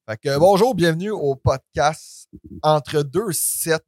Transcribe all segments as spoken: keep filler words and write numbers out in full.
Fait que bonjour, bienvenue au podcast Entre deux sets.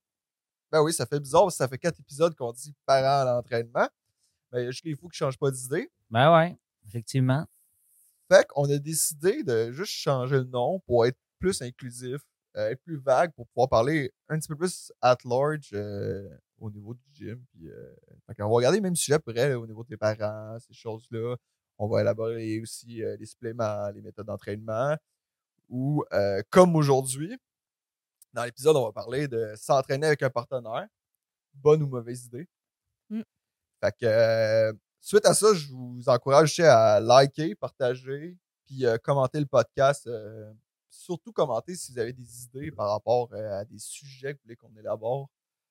Ben oui, ça fait bizarre parce que ça fait quatre épisodes qu'on dit parents à l'entraînement. Mais il y a juste les fous qui changent pas d'idée. Ben ouais, effectivement. Fait qu'on a décidé de juste changer le nom pour être plus inclusif, euh, être plus vague, pour pouvoir parler un petit peu plus at large euh, au niveau du gym. Puis, euh, fait qu'on va regarder le même sujet après là, au niveau des parents, ces choses-là. On va élaborer aussi euh, les suppléments, les méthodes d'entraînement. Ou euh, comme aujourd'hui, dans l'épisode, on va parler de s'entraîner avec un partenaire. Bonne ou mauvaise idée. Mm. Fait que euh, suite à ça, je vous encourage aussi à liker, partager, puis euh, commenter le podcast. Euh, surtout commenter si vous avez des idées par rapport euh, à des sujets que vous voulez qu'on élabore.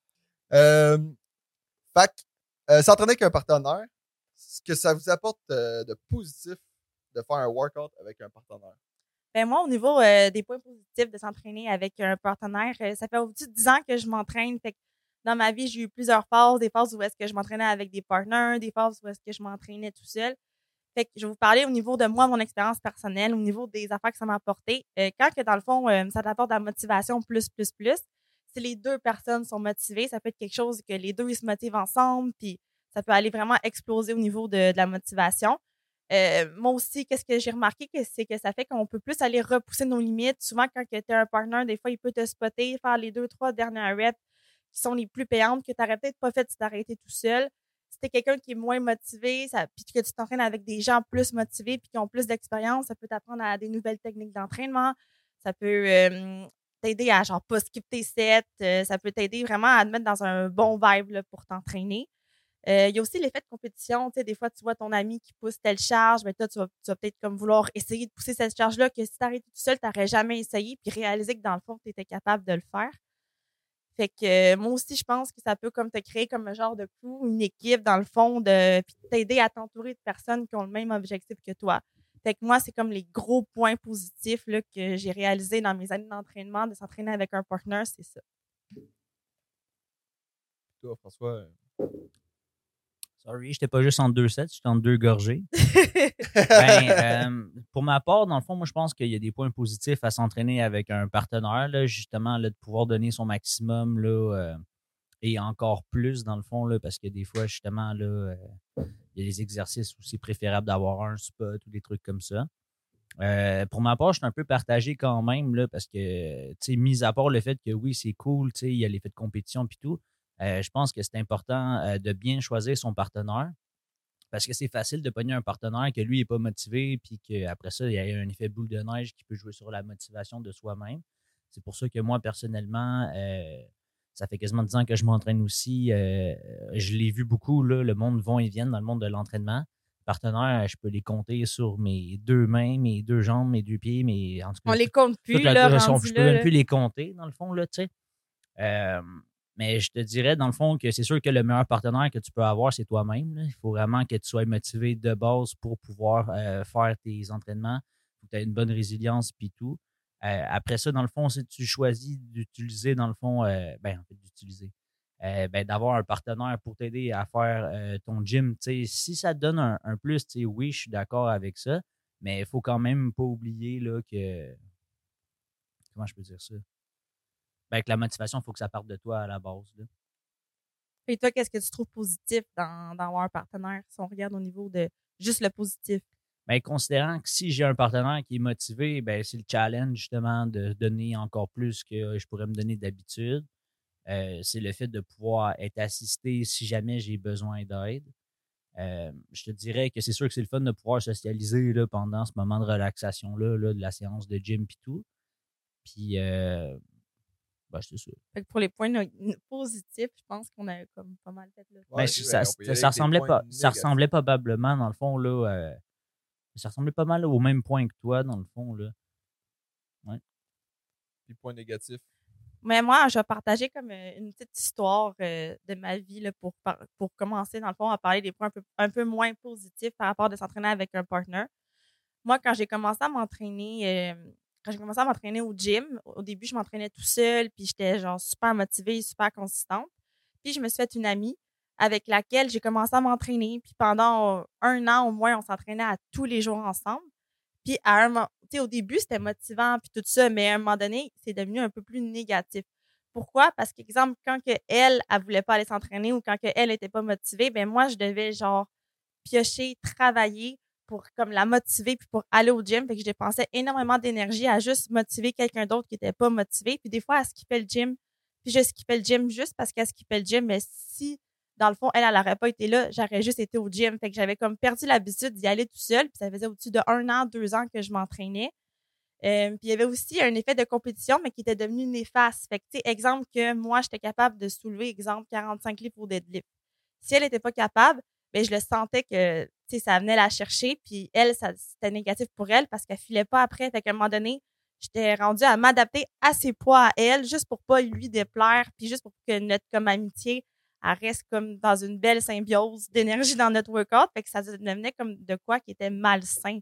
Euh, fait que euh, s'entraîner avec un partenaire, ce que ça vous apporte euh, de positif de faire un workout avec un partenaire. Ben moi, au niveau euh, des points positifs de s'entraîner avec un partenaire, euh, ça fait au-dessus de dix ans que je m'entraîne. Fait que dans ma vie, j'ai eu plusieurs phases. Des phases où est-ce que je m'entraînais avec des partenaires, des phases où est-ce que je m'entraînais tout seul. Fait que je vais vous parler au niveau de moi, mon expérience personnelle, au niveau des affaires que ça m'a apporté. Euh, quand que dans le fond, euh, ça t'apporte de la motivation plus, plus, plus, si les deux personnes sont motivées, ça peut être quelque chose que les deux ils se motivent ensemble, puis ça peut aller vraiment exploser au niveau de, de la motivation. Euh, moi aussi, qu'est-ce que j'ai remarqué, que c'est que ça fait qu'on peut plus aller repousser nos limites. Souvent, quand tu es un partner, des fois, il peut te spotter, faire les deux, trois dernières reps qui sont les plus payantes, que tu n'aurais peut-être pas fait si tu arrêté tout seul. Si tu es quelqu'un qui est moins motivé, ça, puis que tu t'entraînes avec des gens plus motivés puis qui ont plus d'expérience, ça peut t'apprendre à des nouvelles techniques d'entraînement. Ça peut euh, t'aider à genre pas skip tes sets. Euh, ça peut t'aider vraiment à te mettre dans un bon vibe là, pour t'entraîner. Euh, il y a aussi l'effet de compétition. Tu sais, des fois, tu vois ton ami qui pousse telle charge, mais toi, tu vas, tu vas peut-être comme vouloir essayer de pousser cette charge-là que si tu arrêtais tout seul, tu n'aurais jamais essayé, puis réaliser que dans le fond, tu étais capable de le faire. Fait que euh, moi aussi, je pense que ça peut comme te créer comme un genre de crew, une équipe dans le fond, de puis t'aider à t'entourer de personnes qui ont le même objectif que toi. Fait que moi, c'est comme les gros points positifs là, que j'ai réalisés dans mes années d'entraînement, de s'entraîner avec un partner, c'est ça. Toi, François. Sorry, j'étais pas juste en deux sets, j'étais en deux gorgées. ben, euh, pour ma part, dans le fond, moi, je pense qu'il y a des points positifs à s'entraîner avec un partenaire, là, justement, là, de pouvoir donner son maximum, là, euh, et encore plus, dans le fond, là, parce que des fois, justement, là, euh, il y a des exercices où c'est préférable d'avoir un spot ou des trucs comme ça. Euh, pour ma part, je suis un peu partagé quand même, là, parce que, tu sais, mis à part le fait que oui, c'est cool, tu sais, il y a l'effet de compétition puis tout, euh, je pense que c'est important euh, de bien choisir son partenaire parce que c'est facile de pogner un partenaire que lui n'est pas motivé puis qu'après ça, il y a un effet boule de neige qui peut jouer sur la motivation de soi-même. C'est pour ça que moi, personnellement, euh, ça fait quasiment dix ans que je m'entraîne aussi. Euh, je l'ai vu beaucoup, là, le monde va et vient dans le monde de l'entraînement. Partenaires, je peux les compter sur mes deux mains, mes deux jambes, mes deux pieds, mais en tout cas. On les compte plus, la, là, la, rendu je peux là, même là. plus les compter, dans le fond, là, tu sais. Euh, mais je te dirais, dans le fond, que c'est sûr que le meilleur partenaire que tu peux avoir, c'est toi-même. Là. Il faut vraiment que tu sois motivé de base pour pouvoir euh, faire tes entraînements. Il faut que tu aies une bonne résilience puis tout. Euh, après ça, dans le fond, si tu choisis d'utiliser, dans le fond, euh, ben, en fait, d'utiliser, euh, ben, d'avoir un partenaire pour t'aider à faire euh, ton gym, tu sais, si ça te donne un, un plus, tu sais, oui, je suis d'accord avec ça, mais il faut quand même pas oublier là, que. Comment je peux dire ça? Ben, avec la motivation, il faut que ça parte de toi à la base. Là. Et toi, qu'est-ce que tu trouves positif dans d'avoir un partenaire si on regarde au niveau de juste le positif? Ben, considérant que si j'ai un partenaire qui est motivé, ben, c'est le challenge justement de donner encore plus que je pourrais me donner d'habitude. Euh, c'est le fait de pouvoir être assisté si jamais j'ai besoin d'aide. Euh, je te dirais que c'est sûr que c'est le fun de pouvoir socialiser là, pendant ce moment de relaxation-là, là, de la séance de gym et tout. Puis, euh, ben, c'est ça. Fait que pour les points no- positifs, je pense qu'on a comme pas mal fait là. Ben, Ouais, ça, on peut y aller ça, avec des ressemblait points pas, ça négatifs. ressemblait probablement, dans le fond, là, euh, ça ressemblait pas mal au même point que toi, dans le fond, là. Ouais. Puis points négatifs. Mais moi, je vais partager comme euh, une petite histoire euh, de ma vie là, pour, par- pour commencer, dans le fond, à parler des points un peu, un peu moins positifs par rapport de s'entraîner avec un partner. Moi, quand j'ai commencé à m'entraîner, euh, quand j'ai commencé à m'entraîner au gym, au début, je m'entraînais tout seul, puis j'étais genre super motivée, super consistante. Puis je me suis fait une amie avec laquelle j'ai commencé à m'entraîner. Puis pendant un an au moins, on s'entraînait à tous les jours ensemble. Puis à un moment, tu sais, au début, c'était motivant, puis tout ça, mais à un moment donné, c'est devenu un peu plus négatif. Pourquoi? Parce qu'exemple, quand que elle, elle voulait pas aller s'entraîner ou quand que elle était pas motivée, ben moi, je devais genre piocher, travailler pour comme la motiver puis pour aller au gym. Fait que je dépensais énormément d'énergie à juste motiver quelqu'un d'autre qui était pas motivé. Puis des fois, elle skippait le gym, puis je skippais le gym juste parce qu'elle skippait le gym. Mais si, dans le fond, elle, elle n'aurait pas été là, j'aurais juste été au gym. Fait que j'avais comme perdu l'habitude d'y aller tout seul. Puis ça faisait au-dessus de un an, deux ans que je m'entraînais. Euh, puis il y avait aussi un effet de compétition, mais qui était devenu néfaste. Fait que, tu sais, exemple que moi, j'étais capable de soulever, exemple, quarante-cinq livres au deadlift. Si elle n'était pas capable, ben je le sentais que, tu sais, ça venait la chercher. Puis elle, ça, c'était négatif pour elle parce qu'elle filait pas après. Fait qu'à un moment donné, j'étais rendue à m'adapter à ses poids à elle, juste pour pas lui déplaire, puis juste pour que notre comme amitié, elle reste comme dans une belle symbiose d'énergie dans notre workout. Fait que ça devenait comme de quoi qui était malsain.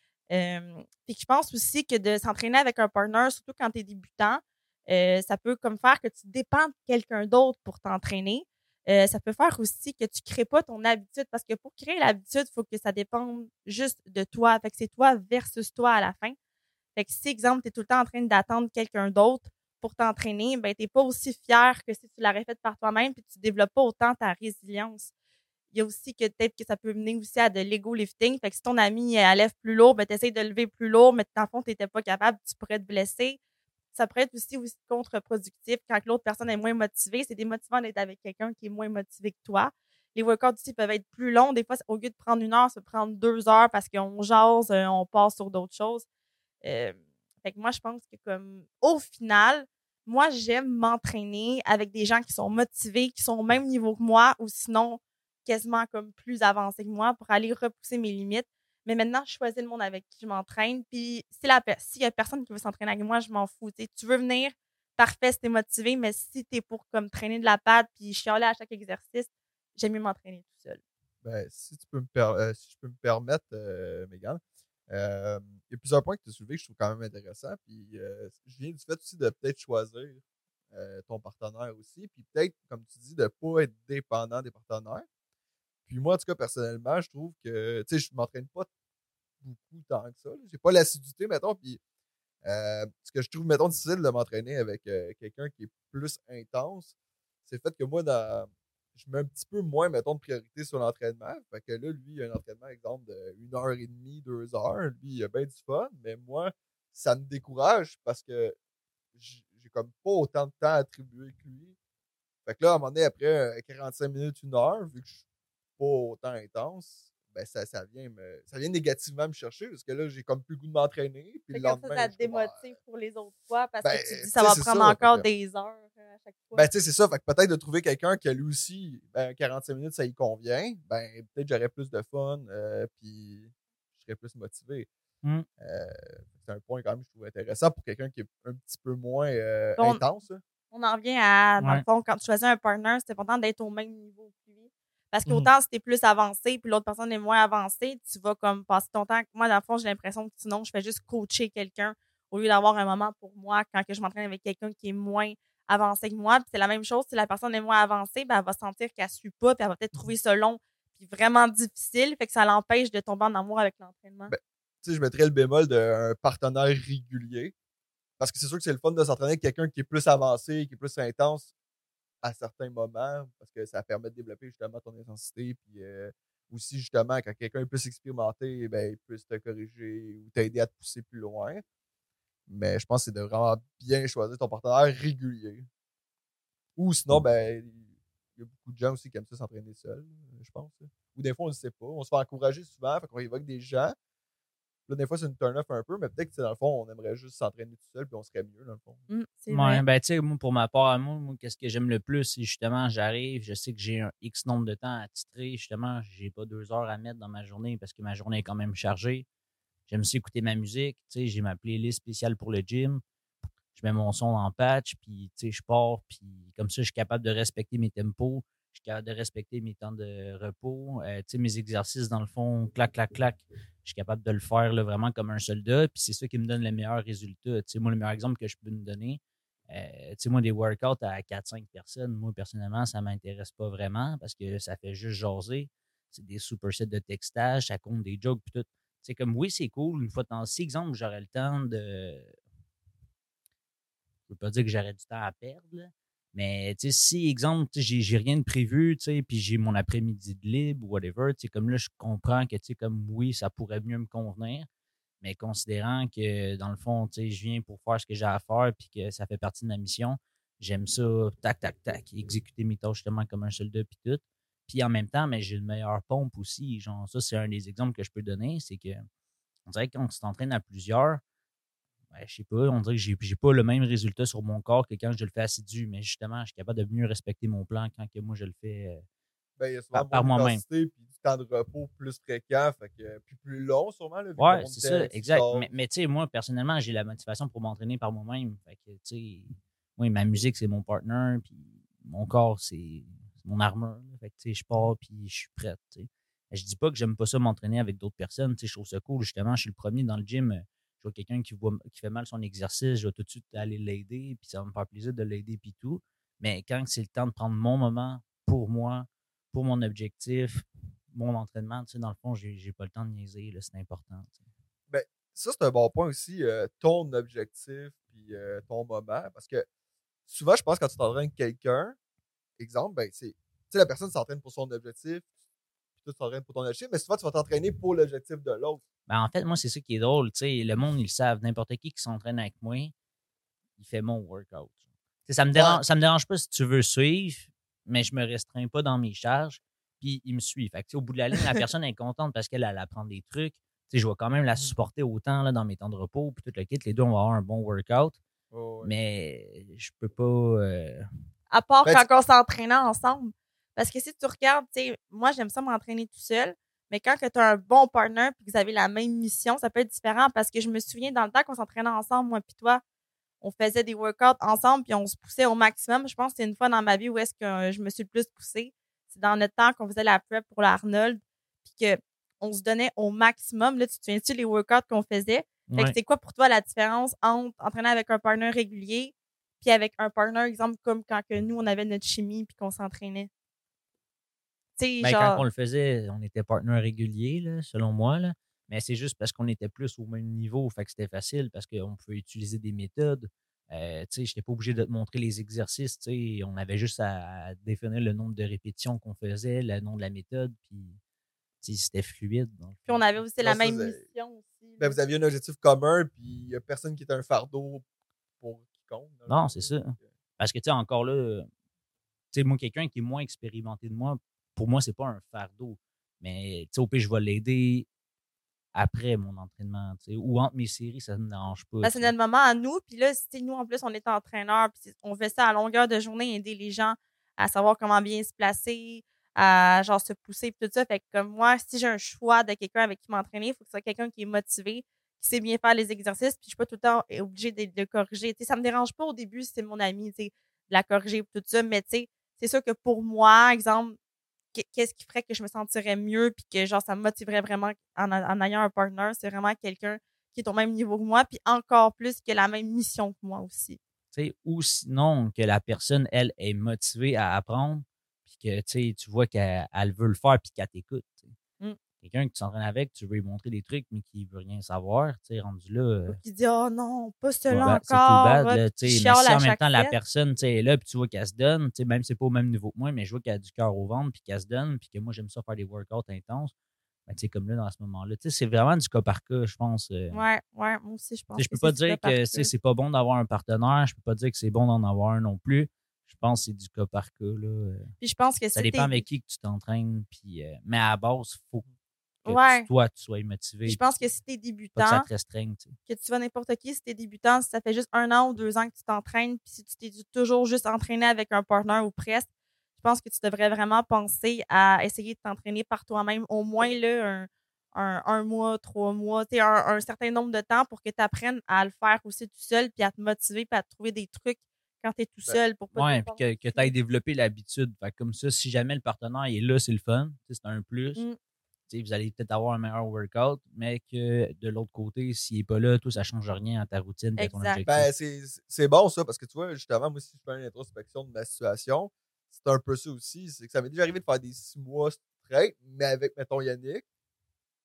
Euh, puis je pense aussi que de s'entraîner avec un partner, surtout quand tu es débutant, euh, ça peut comme faire que tu dépends de quelqu'un d'autre pour t'entraîner. Euh, ça peut faire aussi que tu crées pas ton habitude parce que pour créer l'habitude, il faut que ça dépende juste de toi. Fait que c'est toi versus toi à la fin. Fait que si, exemple, tu es tout le temps en train d'attendre quelqu'un d'autre pour t'entraîner, ben t'es pas aussi fier que si tu l'aurais fait par toi-même puis tu développes pas autant ta résilience. Il y a aussi que peut-être que ça peut mener aussi à de l'ego lifting. Fait que si ton ami elle lève plus lourd, ben t'essayes de lever plus lourd, mais dans le fond, t'étais pas capable, tu pourrais te blesser. Ça pourrait être aussi, aussi contre-productif quand l'autre personne est moins motivée. C'est démotivant d'être avec quelqu'un qui est moins motivé que toi. Les workouts aussi peuvent être plus longs. Des fois, au lieu de prendre une heure, ça peut prendre deux heures parce qu'on jase, on passe sur d'autres choses. Euh, fait que moi, je pense que comme au final, moi, j'aime m'entraîner avec des gens qui sont motivés, qui sont au même niveau que moi, ou sinon quasiment comme plus avancés que moi pour aller repousser mes limites. Mais maintenant, je choisis le monde avec qui je m'entraîne. Puis si la s'il y a personne qui veut s'entraîner avec moi, je m'en fous. T'sais, tu veux venir, parfait, si t'es motivé, mais si t'es pour comme traîner de la patte puis chialer à chaque exercice, j'aime mieux m'entraîner tout seul. Ben, si tu peux me per- euh, si je peux me permettre, euh, Mégane, euh, il y a plusieurs points que tu as soulevés que je trouve quand même intéressants. Puis euh, je viens du fait aussi de peut-être choisir euh, ton partenaire aussi. Puis peut-être, comme tu dis, de ne pas être dépendant des partenaires. Puis moi, en tout cas, personnellement, je trouve que, tu sais, je ne m'entraîne pas beaucoup tant que ça. Je n'ai pas l'assiduité, mettons. Puis euh, ce que je trouve, mettons, difficile de m'entraîner avec euh, quelqu'un qui est plus intense, c'est le fait que moi, dans, je mets un petit peu moins, mettons, de priorité sur l'entraînement. Fait que là, lui, il a un entraînement, exemple, de une heure et demie, deux heures. Lui, il a bien du fun, mais moi, ça me décourage parce que j- j'ai comme pas autant de temps attribué que lui. Fait que là, à un moment donné, après euh, quarante-cinq minutes, une heure, vu que je suis pas autant intense, ben ça, ça vient me, ça vient négativement me chercher parce que là, j'ai comme plus le goût de m'entraîner. Puis Fait le que comme ça, lendemain, ça je te suis comme, ah, démotive pour les autres fois parce ben, que tu te dis tu ça sais, va c'est prendre ça. Fait encore que, des heures euh, à chaque fois. ben, tu sais, c'est ça. Fait que peut-être de trouver quelqu'un qui, lui aussi, ben, quarante-cinq minutes, ça y convient. Ben, peut-être j'aurais plus de fun, euh, puis je serais plus motivé. Mm. Euh, c'est un point, quand même, je trouve intéressant pour quelqu'un qui est un petit peu moins euh, On, intense. Hein. on en revient à, dans le Ouais. fond, quand tu choisis un partner, c'est important d'être au même niveau que lui. Parce Mhm. qu'autant si t'es plus avancé puis l'autre personne est moins avancée, tu vas comme passer ton temps. Moi, dans le fond, j'ai l'impression que sinon, je fais juste coacher quelqu'un au lieu d'avoir un moment pour moi quand que je m'entraîne avec quelqu'un qui est moins avancé que moi. Puis c'est la même chose, si la personne est moins avancée, ben, elle va sentir qu'elle suit pas puis elle va peut-être trouver ça long puis vraiment difficile. Fait que ça l'empêche de tomber en amour avec l'entraînement. Ben, tu sais, je mettrais le bémol d'un partenaire régulier. Parce que c'est sûr que c'est le fun de s'entraîner avec quelqu'un qui est plus avancé, qui est plus intense à certains moments, parce que ça permet de développer justement ton intensité. Puis euh, aussi, justement, quand quelqu'un est plus expérimenté, ben, il peut te corriger ou t'aider à te pousser plus loin. Mais je pense que c'est de vraiment bien choisir ton partenaire régulier. Ou sinon, ben, il y a beaucoup de gens aussi qui aiment ça s'entraîner seul, je pense. Ou des fois, on ne sait pas. On se fait encourager souvent, fait qu'on évoque des gens. Là, des fois, c'est une turn-off un peu, mais peut-être que dans le fond, on aimerait juste s'entraîner tout seul puis on serait mieux, dans le fond. Mm, c'est Ouais, vrai. ben, tu sais, moi, pour ma part, moi, moi qu'est-ce que j'aime le plus, c'est justement, j'arrive, je sais que j'ai un X nombre de temps à titrer. Justement, j'ai pas deux heures à mettre dans ma journée parce que ma journée est quand même chargée. J'aime aussi écouter ma musique. Tu sais, j'ai ma playlist spéciale pour le gym. Je mets mon son en patch, puis tu sais, je pars, puis comme ça, je suis capable de respecter mes tempos. Je suis capable de respecter mes temps de repos. Euh, tu sais, mes exercices, dans le fond, clac, clac, clac. Je suis capable de le faire là, vraiment comme un soldat. Puis c'est ça qui me donne le meilleur résultat. Tu sais, moi, le meilleur exemple que je peux me donner, euh, tu sais, moi, des workouts à quatre cinq personnes, moi, personnellement, ça ne m'intéresse pas vraiment parce que ça fait juste jaser. C'est des supersets de textage, ça compte des jokes, puis tout. C'est comme, oui, c'est cool. Une fois de temps, si, exemple, j'aurais le temps de. Je veux pas dire que j'aurais du temps à perdre, là. Mais, tu sais, si, exemple, tu sais, j'ai, j'ai rien de prévu, tu sais, puis j'ai mon après-midi de libre ou whatever, tu sais, comme là, je comprends que, tu sais, comme, oui, ça pourrait mieux me convenir. Mais considérant que, dans le fond, tu sais, je viens pour faire ce que j'ai à faire puis que ça fait partie de ma mission, j'aime ça, tac, tac, tac, exécuter mes tâches justement comme un soldat puis tout. Puis en même temps, mais j'ai une meilleure pompe aussi. Genre, ça, c'est un des exemples que je peux donner. C'est que, on dirait que quand tu t'entraînes à plusieurs, ben, je sais pas, on dirait que j'ai, j'ai pas le même résultat sur mon corps que quand je le fais assidu. Mais justement, je suis capable de mieux respecter mon plan quand que moi je le fais euh, Ben, il y a souvent par, moins par moi-même. d'intensité puis du temps de repos plus fréquent, fait que, puis plus long sûrement, là, vu que le Ouais, monde c'est ça, texte, exact. jase. Mais, mais tu sais, moi, personnellement, j'ai la motivation pour m'entraîner par moi-même. Fait que, tu sais, oui, ma musique, c'est mon partner, puis mon corps, c'est c'est mon armure. Là. Fait que, tu sais, je pars, puis je suis prête, tu sais. Je dis pas que j'aime pas ça m'entraîner avec d'autres personnes, tu sais, je trouve ça cool. Justement, je suis le premier dans le gym. euh, Je vois quelqu'un qui, voit, qui fait mal son exercice, je vais tout de suite aller l'aider, puis ça va me faire plaisir de l'aider, puis tout. Mais quand c'est le temps de prendre mon moment pour moi, pour mon objectif, mon entraînement, tu sais, dans le fond, j'ai, j'ai pas le temps de niaiser, là, c'est important. Tu sais. Ben, ça, c'est un bon point aussi, euh, ton objectif puis euh, ton moment. Parce que souvent, je pense que quand tu t'entraînes avec quelqu'un, exemple, ben, c'est, tu sais, la personne s'entraîne pour son objectif, puis toi, tu t'entraînes pour ton objectif, mais souvent, tu vas t'entraîner pour l'objectif de l'autre. Ben, en fait, moi, c'est ça qui est drôle. Tu sais, le monde, ils le savent. N'importe qui qui s'entraîne avec moi, il fait mon workout. Tu sais, ça me Ouais. dérange, ça me dérange pas si tu veux suivre, mais je me restreins pas dans mes charges. Puis il me suit. Fait que, tu sais, au bout de la ligne, la personne est contente parce qu'elle elle apprend des trucs. Tu sais, je vais quand même la supporter autant là, dans mes temps de repos. Puis tout le kit, les deux, on va avoir un bon workout. Oh, ouais. Mais je peux pas. euh, À part Ben, quand on s'entraînait ensemble. Parce que si tu regardes, tu sais, moi, j'aime ça m'entraîner tout seul. Mais quand tu as un bon partner et que vous avez la même mission, ça peut être différent. Parce que je me souviens, dans le temps qu'on s'entraînait ensemble, moi puis toi, on faisait des workouts ensemble puis on se poussait au maximum. Je pense que c'est une fois dans ma vie où est-ce que euh, je me suis le plus poussée. C'est dans notre temps qu'on faisait la prep pour l'Arnold puis qu'on se donnait au maximum. Là, tu te souviens-tu les workouts qu'on faisait? Fait que ouais. c'est quoi pour toi la différence entre entraîner avec un partner régulier puis avec un partner, exemple, comme quand que nous, on avait notre chimie puis qu'on s'entraînait? Tu sais, Ben, quand genre... on le faisait, on était partenaires réguliers, là, selon moi. Là. Mais c'est juste parce qu'on était plus au même niveau. Fait que c'était facile parce qu'on pouvait utiliser des méthodes. Euh, tu sais, je n'étais pas obligé de te montrer les exercices. Tu sais, on avait juste à, à définir le nombre de répétitions qu'on faisait, le nom de la méthode, puis tu sais, c'était fluide. dans le Puis fond. on avait aussi Non, la ça, même c'est- mission aussi. Ben, là. vous aviez un objectif commun, puis il n'y a personne qui est un fardeau pour quiconque. dans le Non, fond, c'est là. ça. Fait que- Parce que, tu sais, encore là, tu sais, moi, quelqu'un qui est moins expérimenté de moi, pour moi, c'est pas un fardeau. Mais, tu sais, au pire, je vais l'aider après mon entraînement, tu sais, ou entre mes séries, ça ne me dérange pas. Ben, tu c'est sais. notre moment à nous. Puis là, si nous, en plus, on est entraîneur, puis c'est- on fait ça à longueur de journée, aider les gens à savoir comment bien se placer, à genre se pousser, puis tout ça. Fait que comme moi, si j'ai un choix de quelqu'un avec qui m'entraîner, il faut que ce soit quelqu'un qui est motivé, qui sait bien faire les exercices, puis je suis pas tout le temps obligée de, de le corriger. Tu sais, ça me dérange pas au début si c'est mon ami, tu sais, de la corriger, puis tout ça. Mais tu sais, c'est sûr que pour moi, exemple, qu- qu'est-ce qui ferait que je me sentirais mieux, puis que genre, ça me motiverait vraiment en, en ayant un partner, c'est vraiment quelqu'un qui est au même niveau que moi, puis encore plus qui a la même mission que moi aussi. Tu sais, ou sinon, que la personne, elle, est motivée à apprendre, puis que tu sais, tu vois qu'elle elle veut le faire, puis qu'elle t'écoute. tu sais. Mm. Quelqu'un que tu t'entraînes avec, tu veux lui montrer des trucs, mais qui veut rien savoir, tu sais, rendu là. euh, Ou qui dit, oh non, pas Ouais, cela ben, c'est too encore, bad, ah, là, puis tu qui sais. Mais chiale si à en même chaque temps, la set. personne, tu sais, est là, puis tu vois qu'elle se donne, tu sais, même si c'est pas au même niveau que moi, mais je vois qu'elle a du cœur au ventre, puis qu'elle se donne, puis que moi, j'aime ça faire des workouts intenses, ben, tu sais, comme là, dans ce moment-là, tu sais, c'est vraiment du cas par cas, je pense. euh. Ouais, ouais, moi aussi, je Tu pense sais, je que peux pas c'est du dire cas par que, tu cas. sais, c'est pas bon d'avoir un partenaire, je peux pas dire que c'est bon d'en avoir un non plus. Je pense que c'est du cas par cas, là. euh. Puis je pense que Ça si dépend t'es... avec qui que tu t'entraînes, puis... euh, mais à la base, il faut que Ouais. tu- toi, tu sois Puis motivé, je pense puis que si t'es pas que ça débutant, te restreigne, tu sais. que tu vas n'importe qui, si t'es débutant, si ça fait juste un an ou deux ans que tu t'entraînes, puis si tu t'es toujours juste entraîné avec un partner ou presque, je pense que tu devrais vraiment penser à essayer de t'entraîner par toi-même, au moins là, un, un, un mois, trois mois, tu sais, un, un certain nombre de temps pour que tu apprennes à le faire aussi tout seul, puis à te motiver, puis à te trouver des trucs quand tu es tout Ben, seul pour pas Ouais, te puis que, que tu aies développé l'habitude. Fait que comme ça, si jamais le partenaire est là, c'est le fun. Tu sais, c'est un plus. Mm. Tu sais, vous allez peut-être avoir un meilleur workout, mais que de l'autre côté, s'il n'est pas là, toi, ça ne change rien à ta routine et à ton Exact. objectif. Ben, c'est c'est bon ça, parce que tu vois, justement, moi, si je fais une introspection de ma situation, c'est un peu ça aussi. C'est que ça m'est déjà arrivé de faire des six mois straight, mais avec, mettons, Yannick.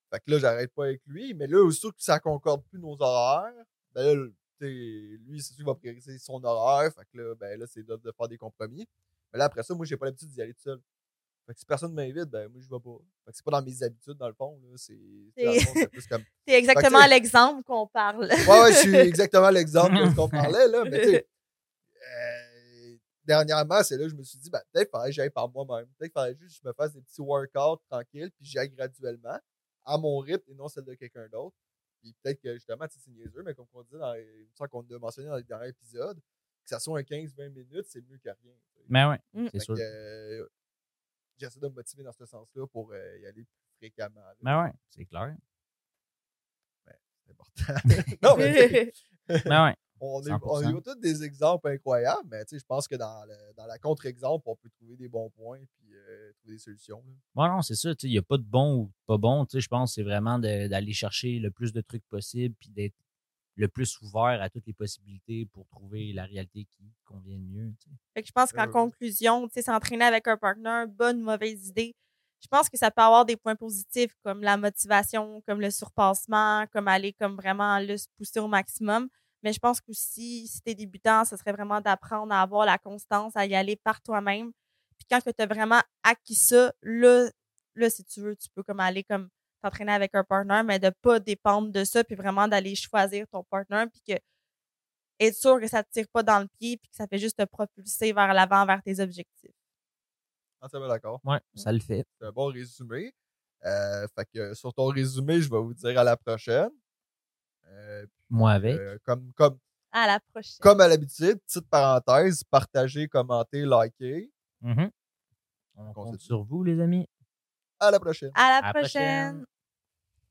Fait que là, j'arrête pas avec lui. Mais là, aussitôt que ça concorde plus nos horaires, ben là, lui, c'est sûr qu'il va prioriser son horaire. Fait que là, ben là, c'est de, de faire des compromis. Mais là, après ça, moi, j'ai pas l'habitude d'y aller tout seul. Fait que si personne m'invite, ben moi, je vais pas. Fait que c'est pas dans mes habitudes, dans le fond. Là. C'est, dans le fond, c'est plus comme. C'est exactement que, l'exemple qu'on parle. Ouais, ouais, je suis exactement l'exemple qu'on parlait, là. Mais tu sais, euh, dernièrement, c'est là que je me suis dit, ben, peut-être qu'il faudrait que j'aille par moi-même. Peut-être qu'il faudrait juste que je me fasse des petits workouts tranquilles, puis j'y aille graduellement, à mon rythme et non celle de quelqu'un d'autre. Puis peut-être que justement, c'est niaiseux, mais comme on dit, dans les, il me semble qu'on a mentionné dans les derniers épisodes, que ça soit un quinze vingt minutes, c'est mieux que rien. Mais ouais, Mm. c'est Fait sûr. que, euh, j'essaie de me motiver dans ce sens-là pour euh, y aller plus fréquemment. Là. Mais ouais, c'est clair. C'est important. non, mais tu sais, Mais ouais. on, est, cent pour on cent. a tous des exemples incroyables, mais tu sais, je pense que dans, le, dans la contre-exemple, on peut trouver des bons points et euh, trouver des solutions. Là. Ouais, non, c'est ça. Il n'y a pas de bon ou pas bon. Je pense que c'est vraiment de- d'aller chercher le plus de trucs possible puis d'être le plus ouvert à toutes les possibilités pour trouver la réalité qui convient le mieux. T'sais. Fait que je pense qu'en Euh, conclusion, tu sais, s'entraîner avec un partner, bonne ou mauvaise idée. Je pense que ça peut avoir des points positifs comme la motivation, comme le surpassement, comme aller comme vraiment là, se pousser au maximum. Mais je pense qu'aussi, si tu es débutant, ce serait vraiment d'apprendre à avoir la constance, à y aller par toi-même. Puis quand tu as vraiment acquis ça, là, là, si tu veux, tu peux comme aller comme t'entraîner avec un partner, mais de pas dépendre de ça, puis vraiment d'aller choisir ton partner, puis que être sûr que ça te tire pas dans le pied, puis que ça fait juste te propulser vers l'avant, vers tes objectifs. Entièrement d'accord. Ouais, ça le fait. C'est un bon résumé. Euh, fait que sur ton résumé, je vais vous dire à la prochaine. Euh, puis, Moi avec. euh, comme, comme, À la prochaine. comme à l'habitude, petite parenthèse, partagez, commentez, likez. Mm-hmm. On On compte se dit sur vous, les amis. à la prochaine. À la À la prochaine. prochaine.